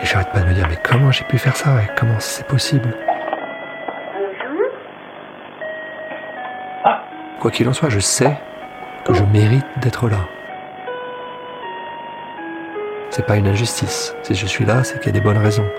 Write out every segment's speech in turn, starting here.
j'arrête pas de me dire, mais comment j'ai pu faire ça et comment c'est possible? Quoi qu'il en soit, je sais que je mérite d'être là. C'est pas une injustice. Si je suis là, c'est qu'il y a des bonnes raisons.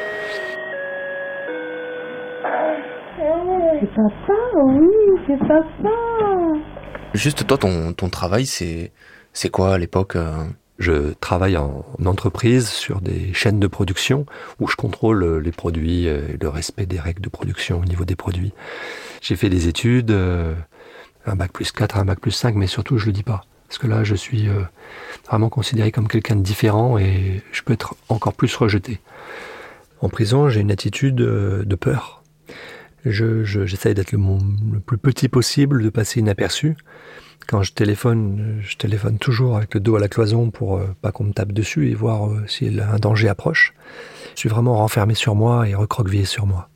C'est papa, oui, c'est papa. Juste toi, ton travail, c'est quoi à l'époque? Je travaille en entreprise sur des chaînes de production où je contrôle les produits et le respect des règles de production au niveau des produits. J'ai fait des études, un bac plus 4, un bac plus 5, mais surtout je le dis pas. Parce que là, je suis vraiment considéré comme quelqu'un de différent et je peux être encore plus rejeté. En prison, j'ai une attitude de peur. J'essaye d'être le plus petit possible, de passer inaperçu. Quand je téléphone toujours avec le dos à la cloison pour pas qu'on me tape dessus et voir si un danger approche. Je suis vraiment renfermé sur moi et recroquevillé sur moi.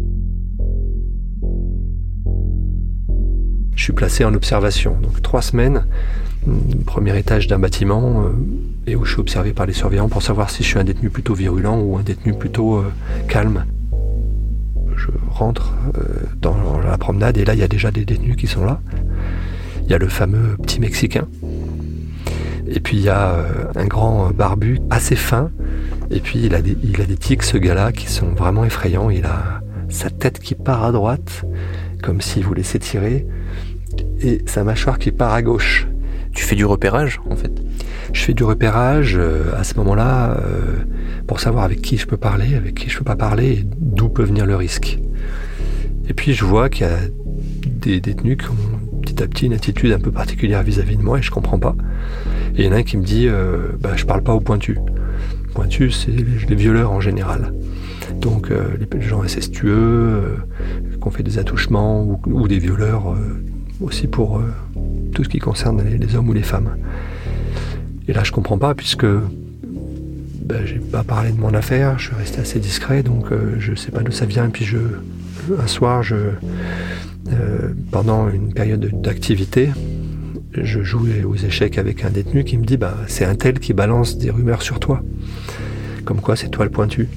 Je suis placé en observation, donc 3 semaines, premier étage d'un bâtiment, et où je suis observé par les surveillants pour savoir si je suis un détenu plutôt virulent ou un détenu plutôt calme. Je rentre dans la promenade et là il y a déjà des détenus qui sont là. Il y a le fameux petit Mexicain. Et puis il y a un grand barbu assez fin. Et puis il a des tics, ce gars-là, qui sont vraiment effrayants. Il a sa tête qui part à droite, comme s'il voulait s'étirer, et sa mâchoire qui part à gauche. Tu fais du repérage, en fait? Je fais du repérage à ce moment-là pour savoir avec qui je peux parler, avec qui je peux pas parler, et d'où peut venir le risque. Et puis je vois qu'il y a des détenus qui ont petit à petit une attitude un peu particulière vis-à-vis de moi et je comprends pas. Et il y en a un qui me dit je parle pas aux pointus. Pointus, c'est les violeurs en général. Donc les gens incestueux, qui ont fait des attouchements ou des violeurs aussi pour tout ce qui concerne les hommes ou les femmes. Et là je comprends pas puisque j'ai pas parlé de mon affaire, je suis resté assez discret, donc je sais pas d'où ça vient. Et puis un soir, pendant une période d'activité, je jouais aux échecs avec un détenu qui me dit c'est un tel qui balance des rumeurs sur toi. Comme quoi c'est toi le pointu.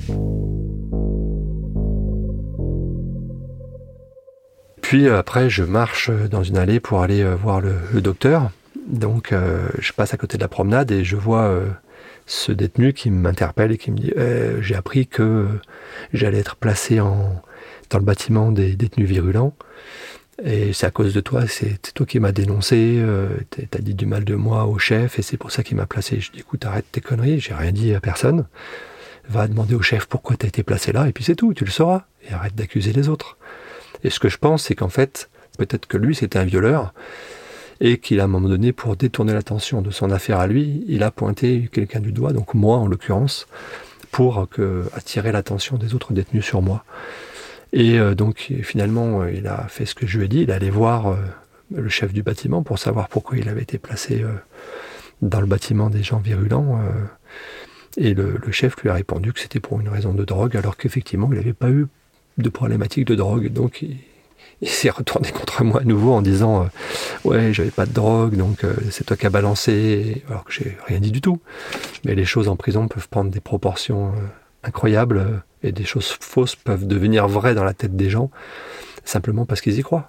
Puis après je marche dans une allée pour aller voir le docteur. Donc je passe à côté de la promenade et je vois ce détenu qui m'interpelle et qui me dit j'ai appris que j'allais être placé dans le bâtiment des détenus virulents. Et c'est à cause de toi, c'est toi qui m'as dénoncé, t'as dit du mal de moi au chef et c'est pour ça qu'il m'a placé. Je dis écoute, arrête tes conneries, j'ai rien dit à personne. Va demander au chef pourquoi t'as été placé là et puis c'est tout, tu le sauras. Et arrête d'accuser les autres. Et ce que je pense, c'est qu'en fait, peut-être que lui c'était un violeur et qu'il à un moment donné, pour détourner l'attention de son affaire à lui, il a pointé quelqu'un du doigt, donc moi en l'occurrence, pour attirer l'attention des autres détenus sur moi. Et donc finalement, il a fait ce que je lui ai dit, il est allé voir le chef du bâtiment pour savoir pourquoi il avait été placé dans le bâtiment des gens virulents. Et le chef lui a répondu que c'était pour une raison de drogue, alors qu'effectivement, il n'avait pas eu de problématique de drogue. Donc il s'est retourné contre moi à nouveau en disant ouais, j'avais pas de drogue, donc c'est toi qui as balancé, alors que j'ai rien dit du tout. Mais les choses en prison peuvent prendre des proportions incroyables. Et des choses fausses peuvent devenir vraies dans la tête des gens, simplement parce qu'ils y croient.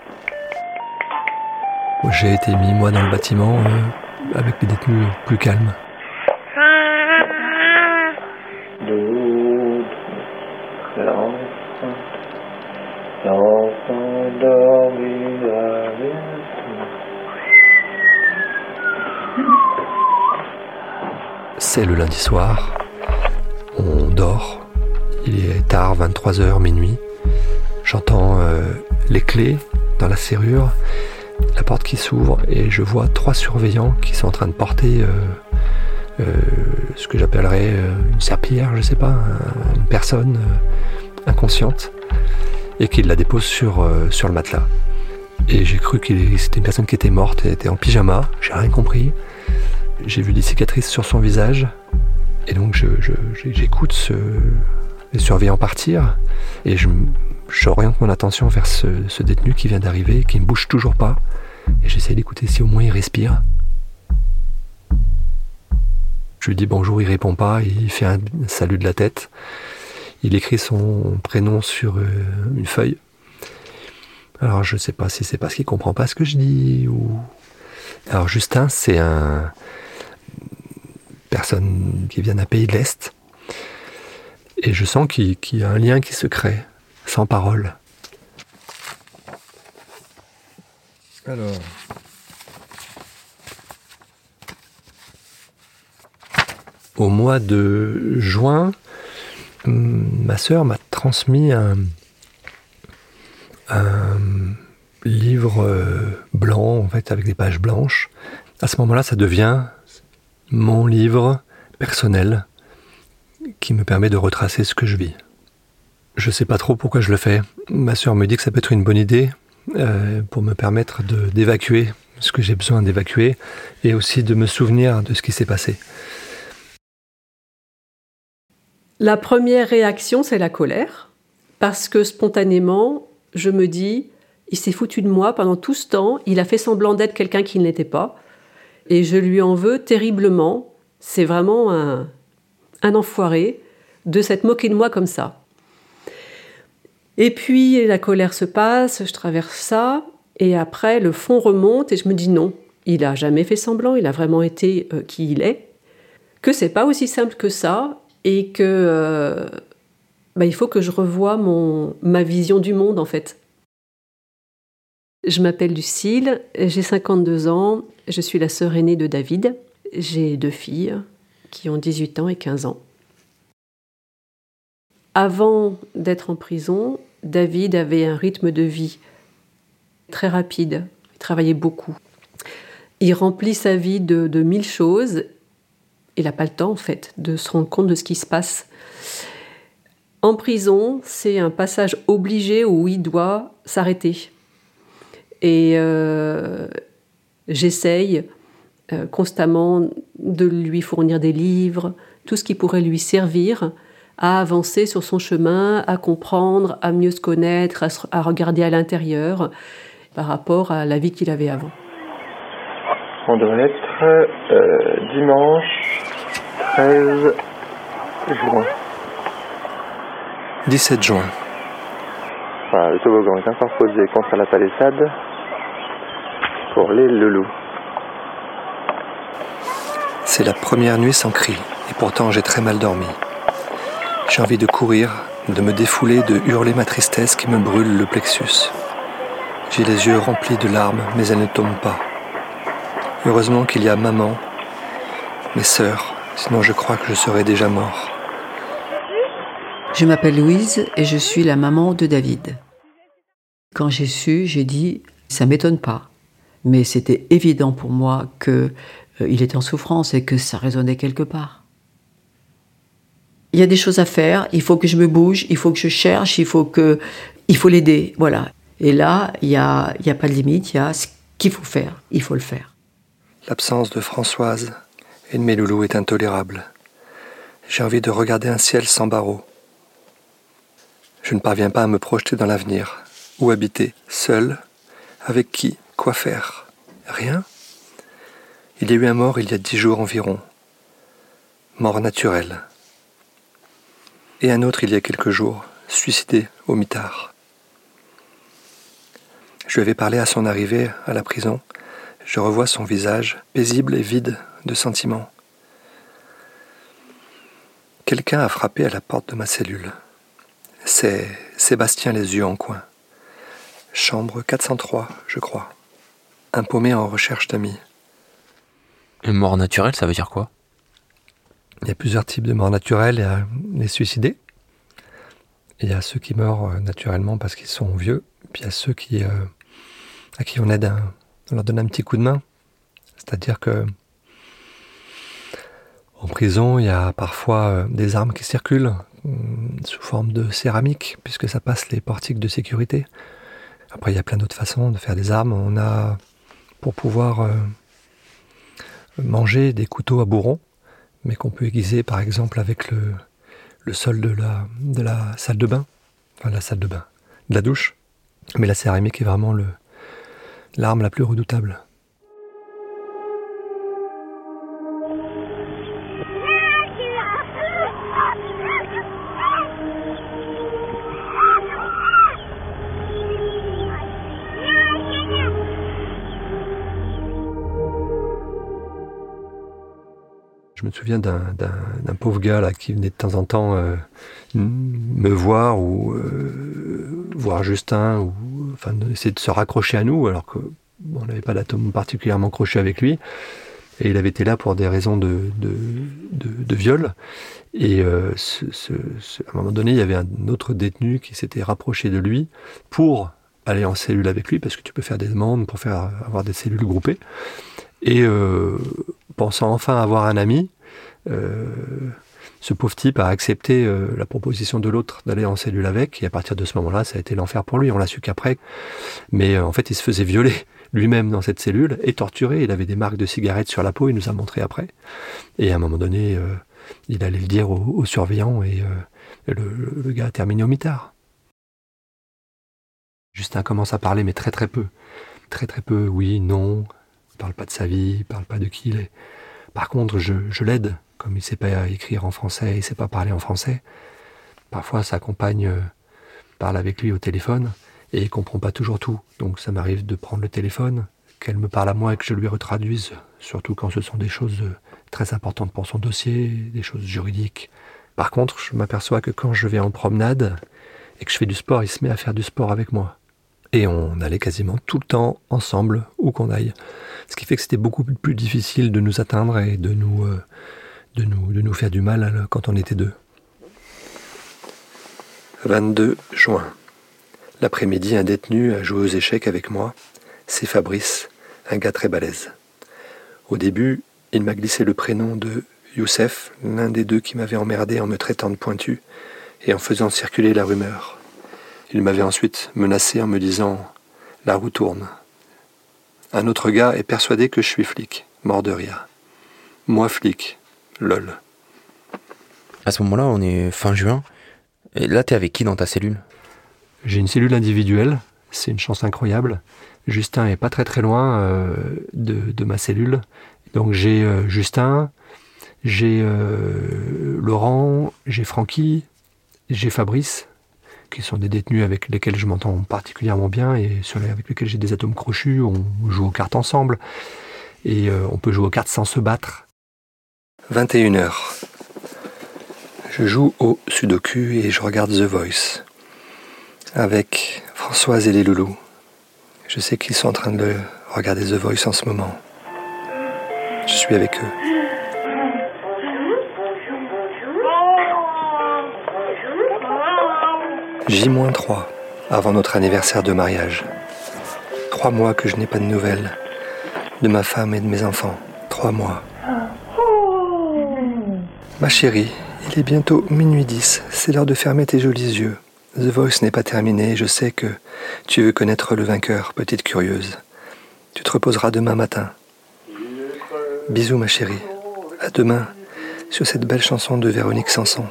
J'ai été mis, moi, dans le bâtiment avec des détenus plus calmes. C'est le lundi soir, on dort. Il est tard, 23h, minuit. J'entends les clés dans la serrure, la porte qui s'ouvre et je vois 3 surveillants qui sont en train de porter ce que j'appellerais une serpillière, je sais pas, une personne inconsciente et qui la dépose sur le matelas. Et j'ai cru que c'était une personne qui était morte, elle était en pyjama, j'ai rien compris. J'ai vu des cicatrices sur son visage et donc j'écoute les surveillants partir et j'oriente mon attention vers ce détenu qui vient d'arriver, qui ne bouge toujours pas et j'essaie d'écouter si au moins il respire. Je lui dis bonjour, il répond pas, il fait un salut de la tête. Il écrit son prénom sur une feuille. Alors je sais pas si c'est parce qu'il comprend pas ce que je dis ou... Alors Justin, c'est une personne qui vient d'un pays de l'Est. Et je sens qu'il y a un lien qui se crée, sans parole. Alors... Au mois de juin, ma sœur m'a transmis un livre blanc, en fait, avec des pages blanches. À ce moment-là, ça devient mon livre personnel qui me permet de retracer ce que je vis. Je sais pas trop pourquoi je le fais. Ma sœur me dit que ça peut être une bonne idée pour me permettre d'évacuer ce que j'ai besoin d'évacuer et aussi de me souvenir de ce qui s'est passé. La première réaction, c'est la colère, parce que spontanément, je me dis, il s'est foutu de moi pendant tout ce temps, il a fait semblant d'être quelqu'un qui ne l'était pas, et je lui en veux terriblement. C'est vraiment un enfoiré de s'être moqué de moi comme ça. Et puis la colère se passe, je traverse ça, et après le fond remonte, et je me dis non, il n'a jamais fait semblant, il a vraiment été qui il est, que c'est pas aussi simple que ça, et que il faut que je revoie ma vision du monde, en fait. Je m'appelle Lucille, j'ai 52 ans, je suis la sœur aînée de David. J'ai 2 filles qui ont 18 ans et 15 ans. Avant d'être en prison, David avait un rythme de vie très rapide, il travaillait beaucoup. Il remplit sa vie de 1000 choses. Il n'a pas le temps, en fait, de se rendre compte de ce qui se passe. En prison, c'est un passage obligé où il doit s'arrêter. Et j'essaye constamment de lui fournir des livres, tout ce qui pourrait lui servir à avancer sur son chemin, à comprendre, à mieux se connaître, à regarder à l'intérieur par rapport à la vie qu'il avait avant. On devrait être dimanche 13 juin. 17 juin. Voilà, le toboggan est encore posé contre la palissade pour les loulous. C'est la première nuit sans cri, et pourtant j'ai très mal dormi. J'ai envie de courir, de me défouler, de hurler ma tristesse qui me brûle le plexus. J'ai les yeux remplis de larmes, mais elles ne tombent pas. Heureusement qu'il y a maman, mes sœurs, sinon je crois que je serais déjà mort. Je m'appelle Louise et je suis la maman de David. Quand j'ai su, j'ai dit, ça m'étonne pas. Mais c'était évident pour moi qu'il était en souffrance et que ça résonnait quelque part. Il y a des choses à faire, il faut que je me bouge, il faut que je cherche, il faut l'aider, voilà. Et là, il y a pas de limite, il y a ce qu'il faut faire, il faut le faire. L'absence de Françoise et de mes loulous est intolérable. J'ai envie de regarder un ciel sans barreaux. Je ne parviens pas à me projeter dans l'avenir. Où habiter? Seul? Avec qui? Quoi faire? Rien? Il y a eu un mort il y a 10 jours environ. Mort naturelle. Et un autre il y a quelques jours, suicidé au mitard. Je lui avais parlé à son arrivée à la prison. Je revois son visage, paisible et vide de sentiments. Quelqu'un a frappé à la porte de ma cellule. C'est Sébastien les yeux en coin. Chambre 403, je crois. Un paumé en recherche d'amis. Une mort naturelle, ça veut dire quoi? Il y a plusieurs types de morts naturelles. Il y a les suicidés. Il y a ceux qui meurent naturellement parce qu'ils sont vieux. Puis il y a ceux à qui on aide on leur donne un petit coup de main. C'est-à-dire que en prison, il y a parfois des armes qui circulent sous forme de céramique, puisque ça passe les portiques de sécurité. Après, il y a plein d'autres façons de faire des armes. On a, pour pouvoir manger, des couteaux à bourron, mais qu'on peut aiguiser, par exemple, avec le sol de la salle de bain. Enfin, la salle de bain, de la douche. Mais la céramique est vraiment l'arme la plus redoutable. je me souviens d'un pauvre gars là, qui venait de temps en temps me voir ou voir Justin, ou enfin, essayer de se raccrocher à nous, alors qu'on n'avait pas d'atome particulièrement crochu avec lui. Et il avait été là pour des raisons de viol. Et à un moment donné, il y avait un autre détenu qui s'était rapproché de lui pour aller en cellule avec lui, parce que tu peux faire des demandes pour avoir des cellules groupées. Et pensant enfin avoir un ami, ce pauvre type a accepté la proposition de l'autre d'aller en cellule avec. Et à partir de ce moment-là, ça a été l'enfer pour lui. On l'a su qu'après. Mais en fait, il se faisait violer lui-même dans cette cellule et torturé. Il avait des marques de cigarettes sur la peau, il nous a montré après. Et à un moment donné, il allait le dire aux surveillants et le gars a terminé au mitard. Justin commence à parler, mais très très peu. Très très peu, oui, non. Il parle pas de sa vie, il parle pas de qui il est. Par contre, je l'aide. Comme il sait pas écrire en français, il sait pas parler en français. Parfois, sa compagne parle avec lui au téléphone. Et il comprend pas toujours tout. Donc ça m'arrive de prendre le téléphone, qu'elle me parle à moi et que je lui retraduise, surtout quand ce sont des choses très importantes pour son dossier, des choses juridiques. Par contre, je m'aperçois que quand je vais en promenade et que je fais du sport, il se met à faire du sport avec moi. Et on allait quasiment tout le temps ensemble, où qu'on aille. Ce qui fait que c'était beaucoup plus difficile de nous atteindre et de nous faire du mal quand on était deux. 22 juin. L'après-midi, un détenu a joué aux échecs avec moi. C'est Fabrice, un gars très balèze. Au début, il m'a glissé le prénom de Youssef, l'un des deux qui m'avait emmerdé en me traitant de pointu et en faisant circuler la rumeur. Il m'avait ensuite menacé en me disant « La roue tourne ». Un autre gars est persuadé que je suis flic, mort de rire. Moi flic, lol. À ce moment-là, on est fin juin. Et là, t'es avec qui dans ta cellule ? J'ai une cellule individuelle, c'est une chance incroyable. Justin est pas très très loin de ma cellule. Donc j'ai Justin, j'ai Laurent, j'ai Francky, j'ai Fabrice, qui sont des détenus avec lesquels je m'entends particulièrement bien et avec lesquels j'ai des atomes crochus. On joue aux cartes ensemble et on peut jouer aux cartes sans se battre. 21h. Je joue au Sudoku et je regarde The Voice avec Françoise et les loulous. Je sais qu'ils sont en train de regarder The Voice en ce moment. Je suis avec eux. J-3, avant notre anniversaire de mariage. 3 mois que je n'ai pas de nouvelles de ma femme et de mes enfants. 3 mois. Ma chérie, il est bientôt minuit 10. C'est l'heure de fermer tes jolis yeux. The Voice n'est pas terminé, je sais que tu veux connaître le vainqueur, petite curieuse. Tu te reposeras demain matin. Bisous ma chérie. À demain, sur cette belle chanson de Véronique Sanson.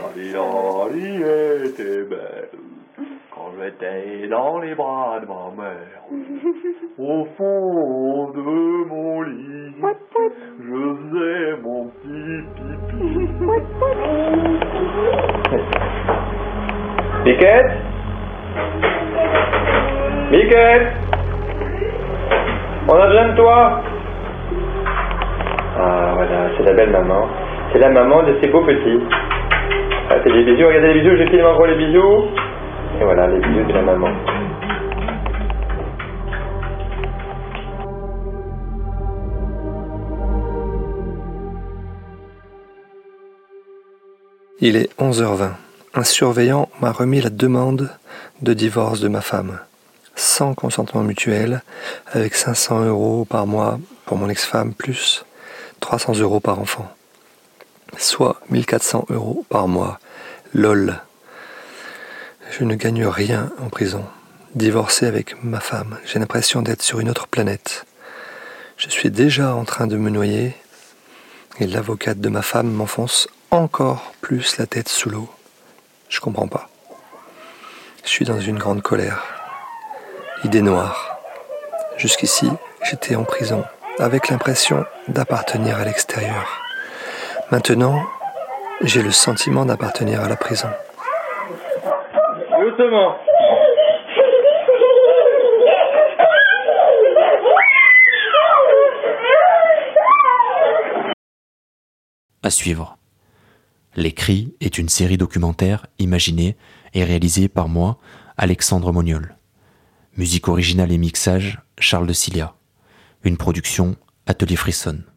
Quand j'étais dans les bras de ma mère, au fond de mon lit, je faisais mon petit pipi. Miquette? Miquette? On a besoin de toi? Ah voilà, c'est la belle maman. C'est la maman de ces beaux petits. Ah, fais des bisous, regardez les bisous, je filme en gros les bisous. Et voilà, les bisous de la maman. Il est 11h20. Un surveillant m'a remis la demande de divorce de ma femme, sans consentement mutuel, avec 500 € par mois pour mon ex-femme, plus 300 € par enfant. Soit 1400 € par mois. LOL. Je ne gagne rien en prison. Divorcé avec ma femme, j'ai l'impression d'être sur une autre planète. Je suis déjà en train de me noyer et l'avocate de ma femme m'enfonce encore plus la tête sous l'eau. Je comprends pas. Je suis dans une grande colère. Idée noire. Jusqu'ici, j'étais en prison, avec l'impression d'appartenir à l'extérieur. Maintenant, j'ai le sentiment d'appartenir à la prison. Doucement. à suivre. Les Cris est une série documentaire imaginée et réalisée par moi, Alexandre Moniol. Musique originale et mixage, Charles de Cilia. Une production Atelier Frisson.